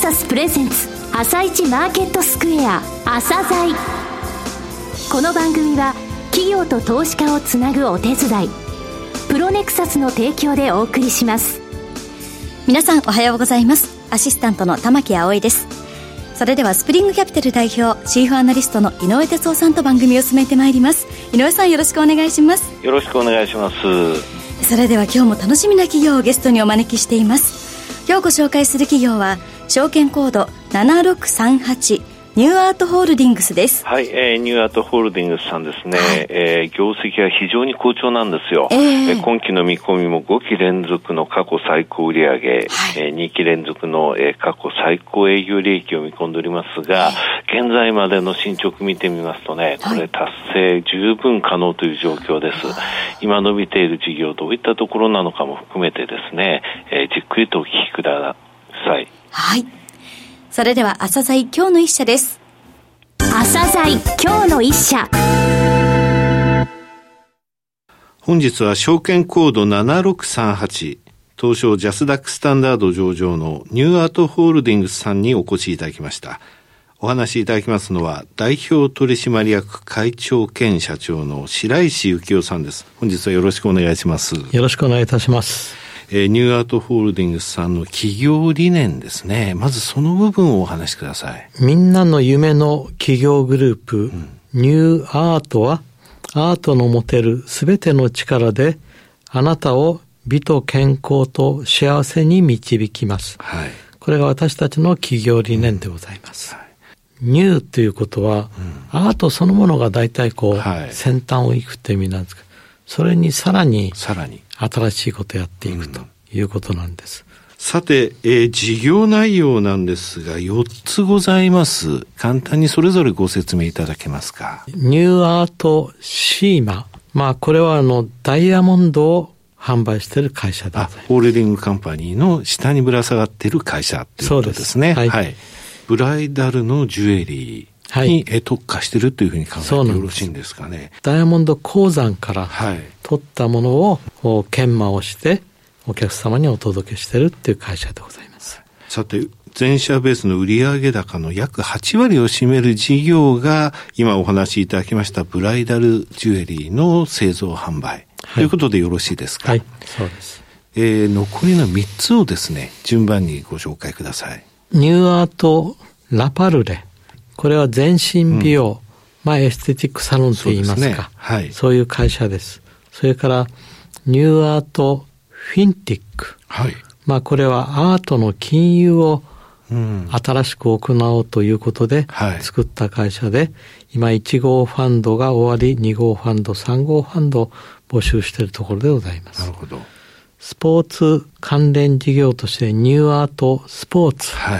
サスプレゼンツ朝市マーケットスクエア朝鮮。この番組は企業と投資家をつなぐお手伝いプロネクサスの提供でお送りします。 皆さんおはようございます。アシスタントの玉木葵です。それではスプリングキャピタル代表チーフアナリストの井上哲夫さんと番組を進めてまいります。井上さん、よろしくお願いします。 よろしくお願いします。 それでは今日も楽しみな企業をゲストにお招きしています。今日ご紹介する企業は証券コード7638ニューアートホールディングスです。 はい、ニューアートホールディングスさんですね、はい、業績は非常に好調なんですよ。今期の見込みも5期連続の過去最高売上、はい、2期連続の、過去最高営業利益を見込んでおりますが、現在までの進捗見てみますとね、これ達成十分可能という状況です。今伸びている事業どういったところなのかも含めてですね、じっくりとお聞きください。 はい。それでは朝鮮今日の一社です。 朝鮮今日の一社。 本日は証券コード7638東証ジャスダックスタンダード上場のニューアートホールディングスさんにお越しいただきました。お話しいただきますのは代表取締役会長兼社長の白石幸男さんです。本日はよろしくお願いします。 よろしくお願いいたします。 ニューアートホールディングスさんの企業理念ですね。まずその部分をお話しください。 みんなの夢の企業グループ、ニューアートはアートの持てるすべての力であなたを美と健康と幸せに導きます、はい、これが私たちの企業理念でございます、はい、ニューということは、アートそのものが大体はい、先端を行くという意味なんですけど、それにさらに新しいことをやっていくということなんです。 さて、事業内容なんですが4つございます。簡単にそれぞれご説明いただけますか。 ニューアートシーマ、これはダイヤモンドを販売している会社でございます。 ホールディングカンパニーの下にぶら下がっている会社ということですね。 そうです。 はい。ブライダルのジュエリーに特化しているというふうに考えてよろしいんですかね。 ダイヤモンド鉱山から取ったものを研磨をしてお客様にお届けしているっていう会社でございます。 さて、全社ベースの売上高の約8割を占める事業が今お話しいただきましたブライダルジュエリーの製造販売、ということでよろしいですか。 はい、そうです。 残りの3つをですね、順番にご紹介ください。 ニューアートラパルレ、これは全身美容、エステティックサロンと言いますか、そうですね、はい、そういう会社です。それからニューアートフィンティック、はい、これはアートの金融を新しく行おうということで作った会社で、今1号ファンドが終わり、2号ファンド、3号ファンドを募集しているところでございます。 なるほど。 スポーツ関連事業としてニューアートスポーツ、はい、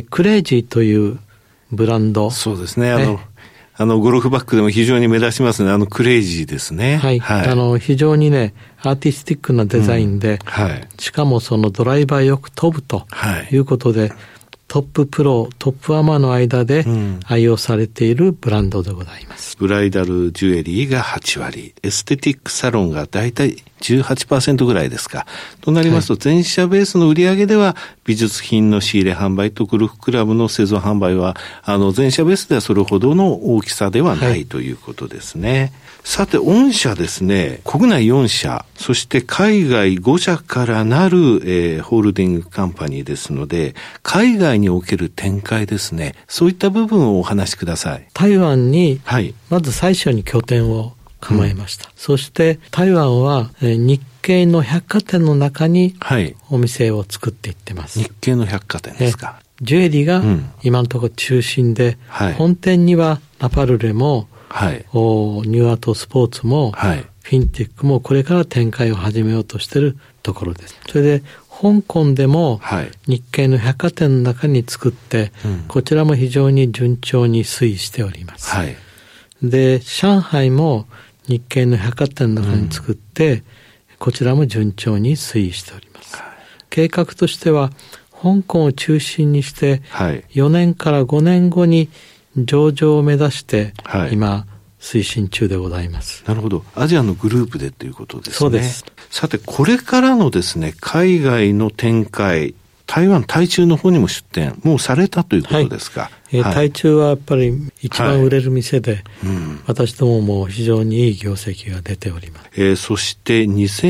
クレイジーというブランド。 そうですね。ゴルフバッグでも非常に目立ちますね。クレイジーですね。 はい。はい、非常にね、アーティスティックなデザインで、はい、しかもそのドライバーよく飛ぶということで、トッププロ、トップアマの間で愛用されているブランドでございます。 ブライダルジュエリーが8割、エステティックサロンがだいたい 18% ぐらいですか。となりますと、全社ベースの売上では美術品の仕入れ販売とゴルフクラブの製造販売は全社ベースではそれほどの大きさではないということですね。さて、御社ですね、国内4社、そして海外5社からなる、ホールディングカンパニーですので、海外における展開ですね、そういった部分をお話しください。 台湾に、まず最初に拠点を構えました。そして台湾は日系の百貨店の中にお店を作っていってます。 日系の百貨店ですか。 ジュエリーが今のところ中心で、本店にはラパルレも、ニューアートスポーツも、フィンティックもこれから展開を始めようとしているところです。それで香港でも日系の百貨店の中に作って、こちらも非常に順調に推移しております。で、上海も日系の百貨店の中に作って、こちらも順調に推移しております。計画としては香港を中心にして4年から5年後に上場を目指して、今推進中でございます。 なるほど。アジアのグループでということですね。 そうです。 さて、これからのですね、海外の展開、 台湾、台中の方にも出店、もうされたということですか。 台中はやっぱり一番売れる店で、私どもも非常にいい業績が出ております。 そして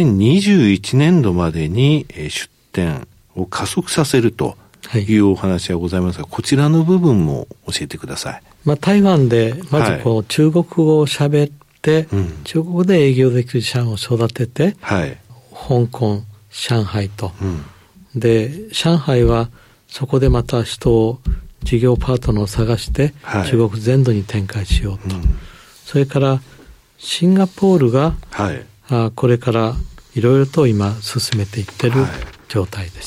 2021年度までに出店を加速させるというお話はございますが、こちらの部分も教えてください。 台湾でまずこう中国語を喋って、中国語で営業できる社員を育てて、香港、上海と、で上海はそこでまた人を事業パートナーを探して、中国全土に展開しようと、それからシンガポールが、これからいろいろと今進めていってる状態です。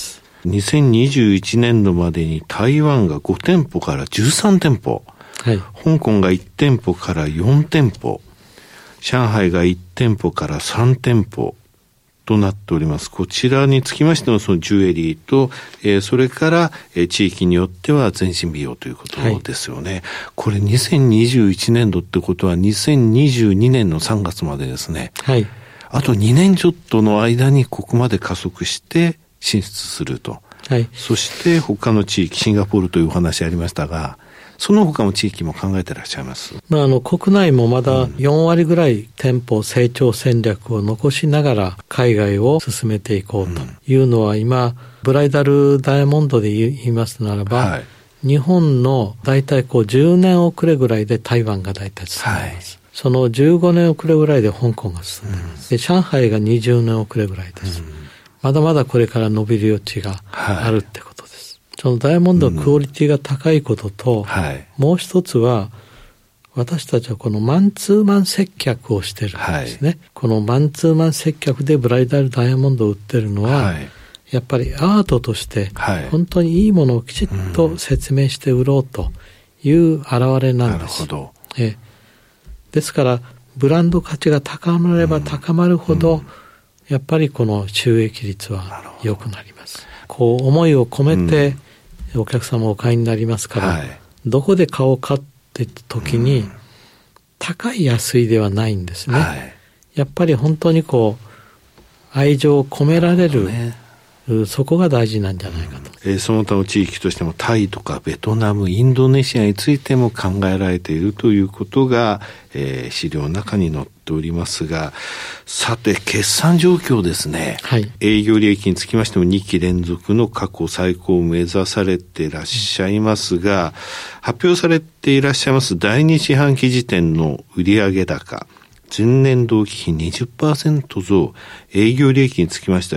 2021年度までに台湾が5店舗から13店舗、香港が1店舗から4店舗、上海が1店舗から3店舗となっております。こちらにつきましてもそのジュエリーと、それから、地域によっては全身美容ということですよね。これ2021年度ってことは2022年の3月までですね。あと2年ちょっとの間にここまで加速して進出すると。そして他の地域、シンガポールというお話ありましたが、その他の地域も考えてらっしゃいます。 国内もまだ4割ぐらい店舗成長戦略を残しながら海外を進めていこうというのは、今ブライダルダイヤモンドで言いますならば、日本のだいたい10年遅れぐらいで台湾がだいたい進んでいます。その15年遅れぐらいで香港が進んでいます。で上海が20年遅れぐらいです。まだまだこれから伸びる余地があるってことです。そのダイヤモンドのクオリティが高いことと、もう一つは私たちはこのマンツーマン接客をしてるんですね。このマンツーマン接客でブライダルダイヤモンドを売ってるのは、やっぱりアートとして本当にいいものをきちっと説明して売ろうという現れなんです。ですからブランド価値が高まれば高まるほど、やっぱりこの収益率は良くなります。こう思いを込めてお客様をお買いになりますから、どこで買おうかって時に、高い安いではないんですね。やっぱり本当にこう愛情を込められる、そこが大事なんじゃないかと。 その他の地域としてもタイとかベトナム、インドネシアについても考えられているということが、資料の中に載っておりますが、さて決算状況ですね。営業利益につきましても2期連続の過去最高を目指されていらっしゃいますが、発表されていらっしゃいます第2四半期時点の売上高、前年同期比 20% 増、営業利益につきましては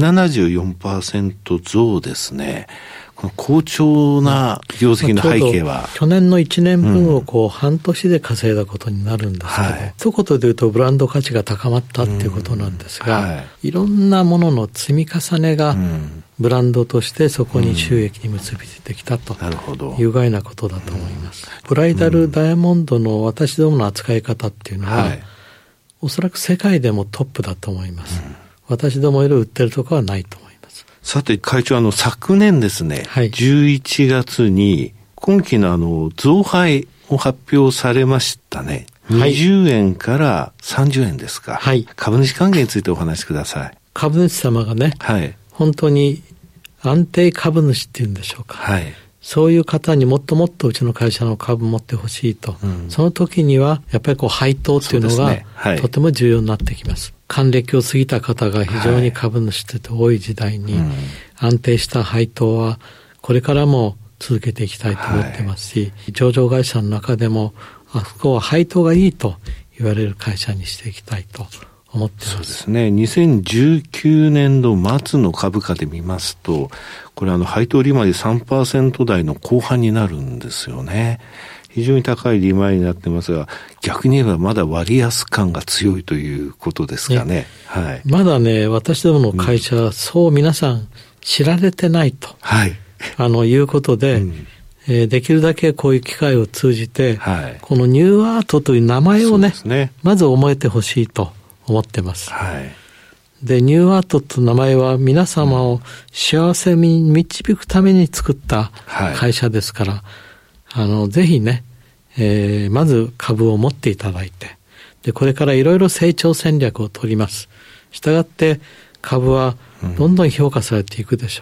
174% 増ですね。この好調な業績の背景は、 去年の1年分を半年で稼いだことになるんですけど、一言で言うとブランド価値が高まったっていうことなんですが、いろんなものの積み重ねがブランドとしてそこに収益に結びついてきたという具合なことだと思います。ブライダルダイヤモンドの私どもの扱い方っていうのは、おそらく世界でもトップだと思います。私どもより売ってるところはないと思います。 さて会長、昨年ですね、11月に今期の増配を発表されましたね。20円から30円ですか。株主還元についてお話しください。 株主様がね、本当に安定株主っていうんでしょうか。そういう方にもっともっとうちの会社の株持ってほしいと、その時にはやっぱり配当っていうのがとても重要になってきます。還暦を過ぎた方が非常に株主として多い時代に、安定した配当はこれからも続けていきたいと思ってますし、上場会社の中でもあそこは配当がいいと言われる会社にしていきたいと思ってます。 そうですね。2019年度末の株価で見ますと、これ配当利回り 3% 台の後半になるんですよね。非常に高い利回りになってますが、逆に言えばまだ割安感が強いということですかね。 まだね、私どもの会社はそう皆さん知られてないと、いうことで、できるだけこういう機会を通じて、このニューアートという名前をね、まず覚えてほしいと思ってます。で、ニューアートという名前は皆様を幸せに導くために作った会社ですから、ぜひね、まず株を持っていただいて、で、これからいろいろ成長戦略を取ります。したがって株はどんどん評価されていくでしょう。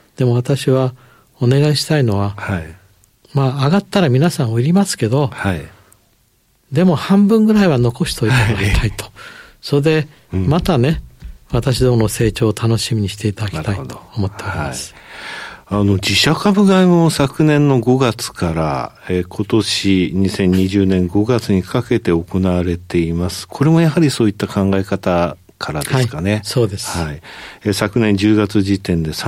でも私はお願いしたいのは、まあ上がったら皆さん売りますけど、でも半分ぐらいは残しておいてもらいたいと。それで、またね、私どもの成長を楽しみにしていただきたいと思っております。 自社株買いも昨年の5月から、今年2020年5月にかけて行われています。これもやはりそういった考え方からですかね。 そうです。 昨年10月時点で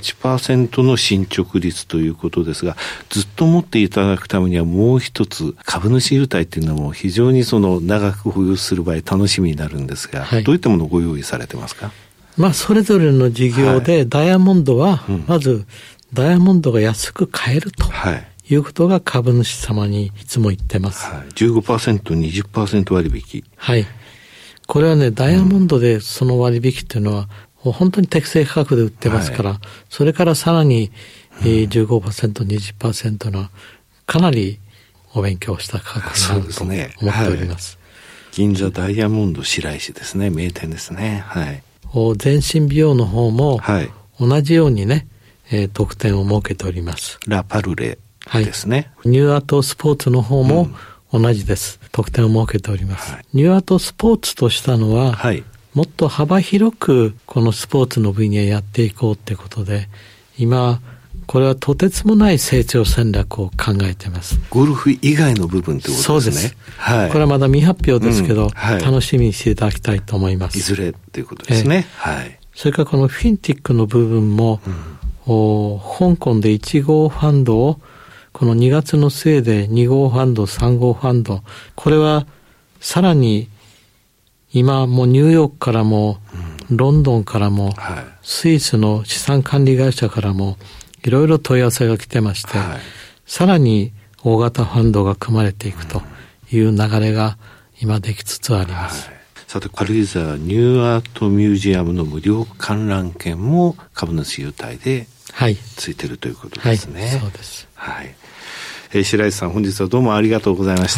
38% の進捗率ということですが、ずっと持っていただくためにはもう一つ、株主優待っていうのも非常に長く保有する場合楽しみになるんですが、どういったものをご用意されてますか？ まあ、それぞれの事業で、ダイヤモンドは、まず、ダイヤモンドが安く買えるということが株主様にいつも言ってます。 15%、20% 割引。 これはね、ダイヤモンドでその割引っていうのは、本当に適正価格で売ってますから、それからさらに、15%、20% のかなりお勉強した価格になると思っております。 銀座ダイヤモンド白石ですね。名店ですね。 全身美容の方も、同じようにね、特典を設けております。 ラパルレですね。 ニューアートスポーツの方も同じです。特典を設けております。ニューアートスポーツとしたのは、もっと幅広くこのスポーツの分野やっていこうってことで、今、これはとてつもない成長戦略を考えています。 ゴルフ以外の部分ってことですね。 そうです。これはまだ未発表ですけど、楽しみにしていただきたいと思います。 いずれっていうことですね。 それからこのフィンティックの部分も、香港で1号ファンドを、この2月の末で2号ファンド、3号ファンド、これはさらに今もうニューヨークからも、ロンドンからも、スイスの資産管理会社からも、いろいろ問い合わせが来てまして、さらに大型ファンドが組まれていくという流れが今できつつあります。 さて、軽井沢ニューアートミュージアムの無料観覧券も株主優待でついているということですね。 そうです。 白石さん、本日はどうもありがとうございました。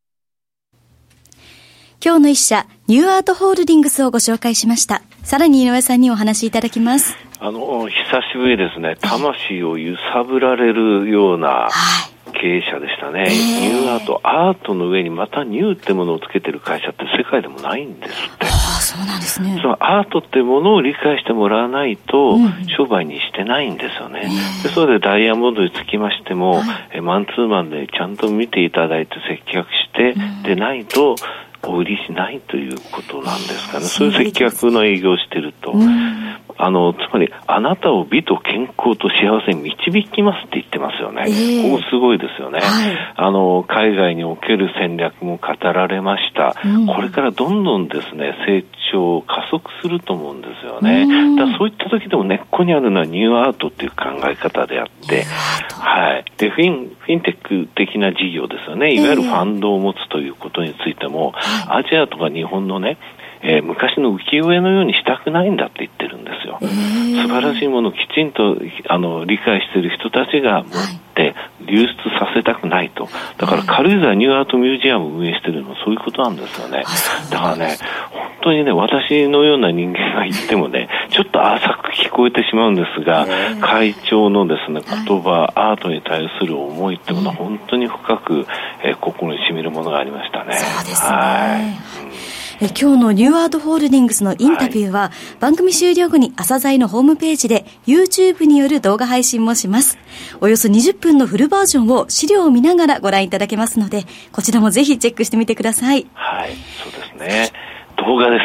今日の一社、ニューアートホールディングスをご紹介しました。さらに井上さんにお話しいただきます。 久しぶりですね、魂を揺さぶられるような経営者でしたね。ニューアートの上にまたニューってものをつけてる会社って世界でもないんですって。 そうなんですね。 そのアートってものを理解してもらわないと商売にしてないんですよね。で、それでダイヤモンドにつきましても、マンツーマンでちゃんと見ていただいて接客してでないとお売りしないということなんですかね。そういう接客の営業をしていると、つまりあなたを美と健康と幸せに導きますって言ってますよね。ここすごいですよね。海外における戦略も語られました。これからどんどんですね、成長を加速すると思うんですよね。だからそういった時でも根っこにあるのはニューアートっていう考え方であって、でフィンテック的な事業ですよね。いわゆるファンドを持つということについても、アジアとか日本のね、昔の浮世絵のようにしたくないんだって言ってるんですよ。素晴らしいものをきちんと理解している人たちが持って流出させたくないと。だから軽井沢ニューアートミュージアムを運営しているのはそういうことなんですよね。だからね、本当にね、私のような人間が言ってもね、ちょっと浅く聞こえてしまうんですが、会長のですね、言葉、アートに対する思いっていうのは本当に深く、心に染みるものがありましたね。 そうですね。今日のニューアートホールディングスのインタビューは、番組終了後に朝鮮のホームページで YouTube による動画配信もします。およそ20分のフルバージョンを資料を見ながらご覧いただけますので、こちらもぜひチェックしてみてください。 そうですね。動画です。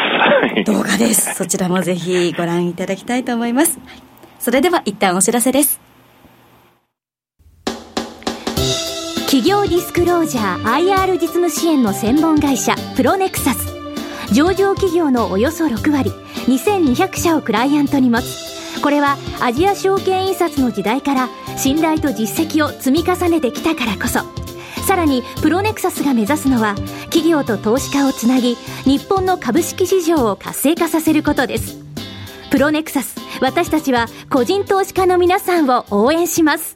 動画です。そちらもぜひご覧いただきたいと思います。それでは一旦お知らせです。 企業ディスクロージャー IR 実務支援の専門会社プロネクサス。上場企業のおよそ6割、2200社をクライアントに持つ。これはアジア証券印刷の時代から信頼と実績を積み重ねてきたからこそ。さらにプロネクサスが目指すのは、企業と投資家をつなぎ、日本の株式市場を活性化させることです。プロネクサス、私たちは個人投資家の皆さんを応援します。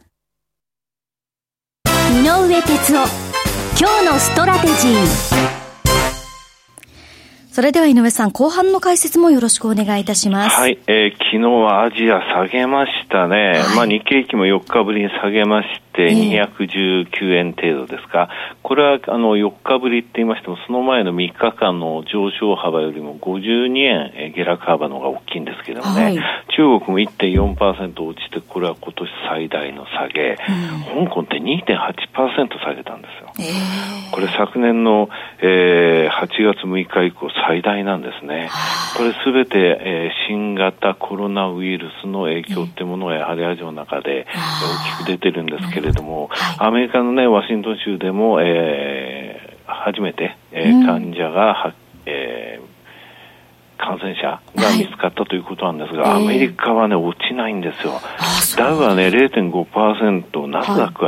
井上哲夫、今日のストラテジー。 それでは井上さん、後半の解説もよろしくお願いいたします。 はい、昨日はアジア下げましたね。はい、日経平均も4日ぶりに下げまして、219円程度ですか。これは4日ぶりって言いましても、その前の3日間の上昇幅よりも52円下落幅の方が大きいんですけどもね、はい、中国も 1.4% 落ちて、これは今年最大の下げ、香港って 2.8% 下げたんですよ。これ昨年の、8月6日以降最大なんですね。これすべて、新型コロナウイルスの影響ってものがやはりアジアの中で大きく出てるんですけれども、アメリカのね、ワシントン州でも、初めて、患者が感染者が見つかったということなんですが、アメリカはね、落ちないんですよ。ダウはね、0.5%、ナスダックは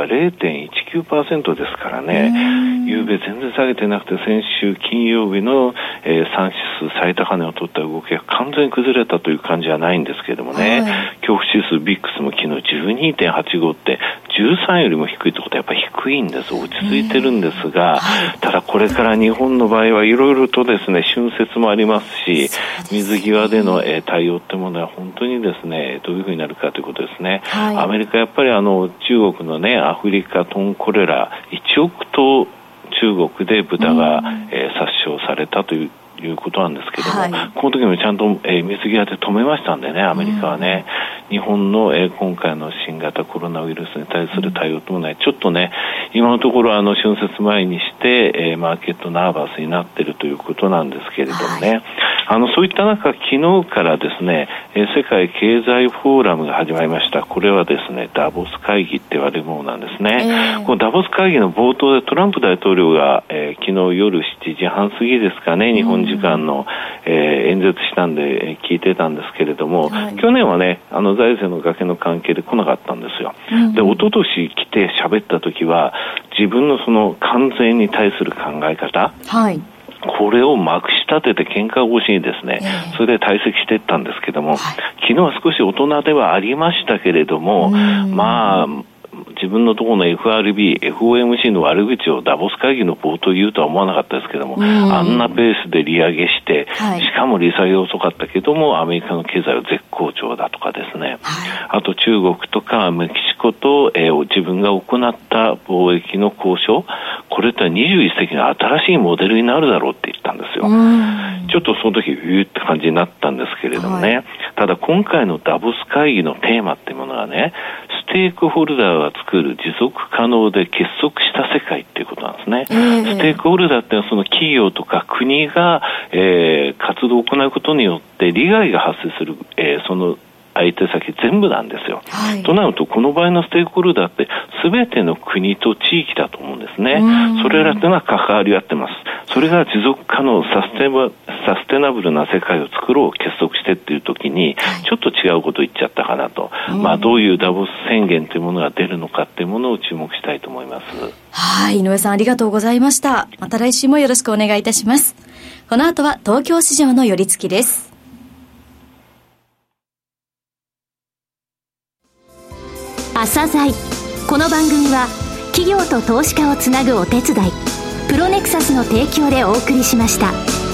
0.19% ですからね、夕べ全然下げてなくて、先週金曜日の、3指数最高値を取った動きが完全に崩れたという感じはないんですけれどもね、恐怖指数ビックスも昨日 12.85 って13よりも低いってことはやっぱり低いんです。落ち着いてるんですが、ただこれから日本の場合はいろいろとですね、春節もありますし、水際での対応ってものは本当にですね、どういうふうになるかということですね。アメリカやっぱり中国のね、アフリカトンコレラ1億頭中国で豚が、殺傷されたということなんですけども、この時もちゃんと、水際で止めましたんでね、アメリカはね、日本の、今回の新型コロナウイルスに対する対応ともね、ちょっとね、今のところ春節前にして、マーケットナーバスになっているということなんですけれどもね、そういった中、昨日からですね、世界経済フォーラムが始まりました。これはですね、ダボス会議って言われるものなんですね。このダボス会議の冒頭でトランプ大統領が、昨日夜7時半過ぎですかね、日本時間の、演説したんで、聞いてたんですけれども、去年はね、財政の崖の関係で来なかったんですよ。で、一昨年来て喋った時は、自分のその関税に対する考え方、これをまくし立てて喧嘩越しにですね、それで退席していったんですけども、昨日は少し大人ではありましたけれども、まあ、自分のところの FRB、FOMC の悪口をダボス会議の冒頭言うとは思わなかったですけども、あんなペースで利上げして、しかも利下げ遅かったけども、アメリカの経済は絶好調だとかですね、あと中国とかメキシコと、自分が行った貿易の交渉、これって21世紀の新しいモデルになるだろうって言ったんですよ。ちょっとその時って感じになったんですけれどもね、ただ今回のダボス会議のテーマっていうものはね、ステークホルダーが作る持続可能で結束した世界っていうことなんですね。ステークホルダーってのはその企業とか国が、活動を行うことによって利害が発生する、その相手先全部なんですよ。となるとこの場合のステークホルダーって全ての国と地域だと思うんですね。それらっていうのは関わり合ってます。それが持続可能サステナブルな世界を作ろう、結束してっていう時にちょっと違うこと言っちゃったかなと、どういうダボス宣言というものが出るのかっていうものを注目したいと思います。 はい、井上さんありがとうございました。また来週もよろしくお願いいたします。この後は東京市場の寄り付きです。 朝鮮。この番組は企業と投資家をつなぐお手伝い、プロネクサスの提供でお送りしました。